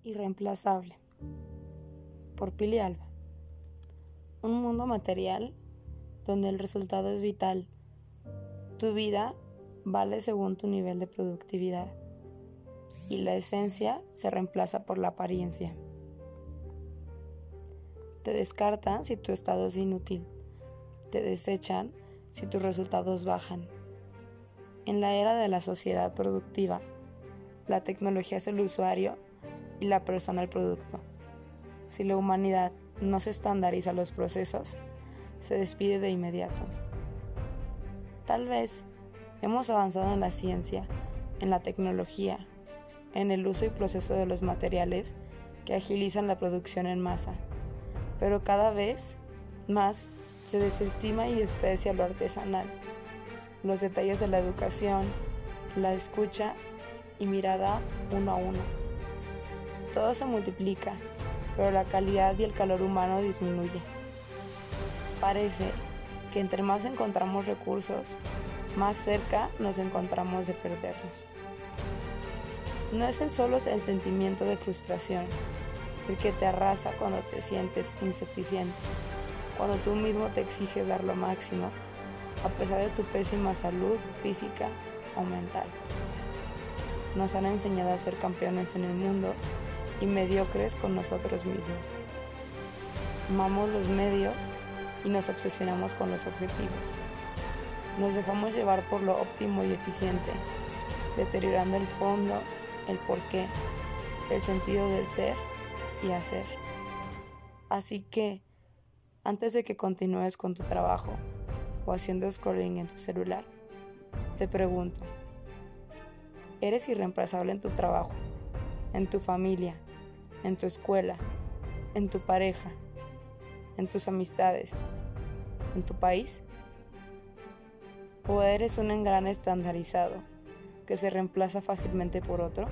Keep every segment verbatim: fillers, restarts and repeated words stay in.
Irreemplazable, por Pili Alba. Un mundo material donde el resultado es vital. Tu vida vale según tu nivel de productividad y la esencia se reemplaza por la apariencia. Te descartan si tu estado es inútil. Te desechan si tus resultados bajan. En la era de la sociedad productiva, la tecnología es el usuario y la persona el producto. Si la humanidad no se estandariza los procesos, se despide de inmediato. Tal vez hemos avanzado en la ciencia, en la tecnología, en el uso y proceso de los materiales que agilizan la producción en masa, pero cada vez más se desestima y desprecia lo artesanal, los detalles de la educación, la escucha y mirada uno a uno. Todo se multiplica, pero la calidad y el calor humano disminuye. Parece que entre más encontramos recursos, más cerca nos encontramos de perdernos. No es el solo el sentimiento de frustración, el que te arrasa cuando te sientes insuficiente, cuando tú mismo te exiges dar lo máximo, a pesar de tu pésima salud física o mental. Nos han enseñado a ser campeones en el mundo y mediocres con nosotros mismos. Amamos los medios y nos obsesionamos con los objetivos. Nos dejamos llevar por lo óptimo y eficiente, deteriorando el fondo, el porqué, el sentido del ser y hacer. Así que, antes de que continúes con tu trabajo o haciendo scrolling en tu celular, te pregunto, ¿eres irreemplazable en tu trabajo, en tu familia, en tu escuela, en tu pareja, en tus amistades, en tu país? ¿O eres un engrane estandarizado que se reemplaza fácilmente por otro?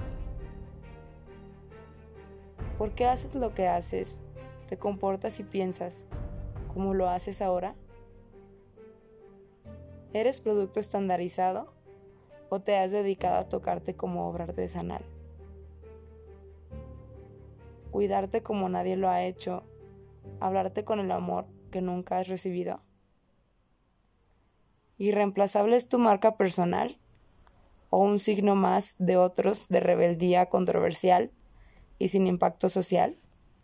¿Por qué haces lo que haces? ¿Te comportas y piensas como lo haces ahora? ¿Eres producto estandarizado o te has dedicado a tocarte como obra artesanal? Cuidarte como nadie lo ha hecho, hablarte con el amor que nunca has recibido. ¿Irreemplazable es tu marca personal o un signo más de otros de rebeldía controversial y sin impacto social?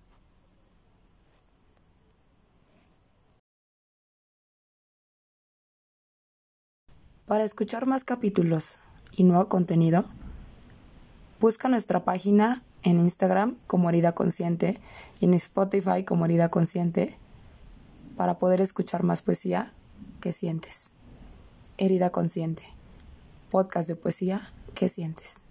Para escuchar más capítulos y nuevo contenido, busca nuestra página en Instagram como Herida Consciente y en Spotify como Herida Consciente para poder escuchar más poesía que sientes. Herida Consciente, podcast de poesía que sientes.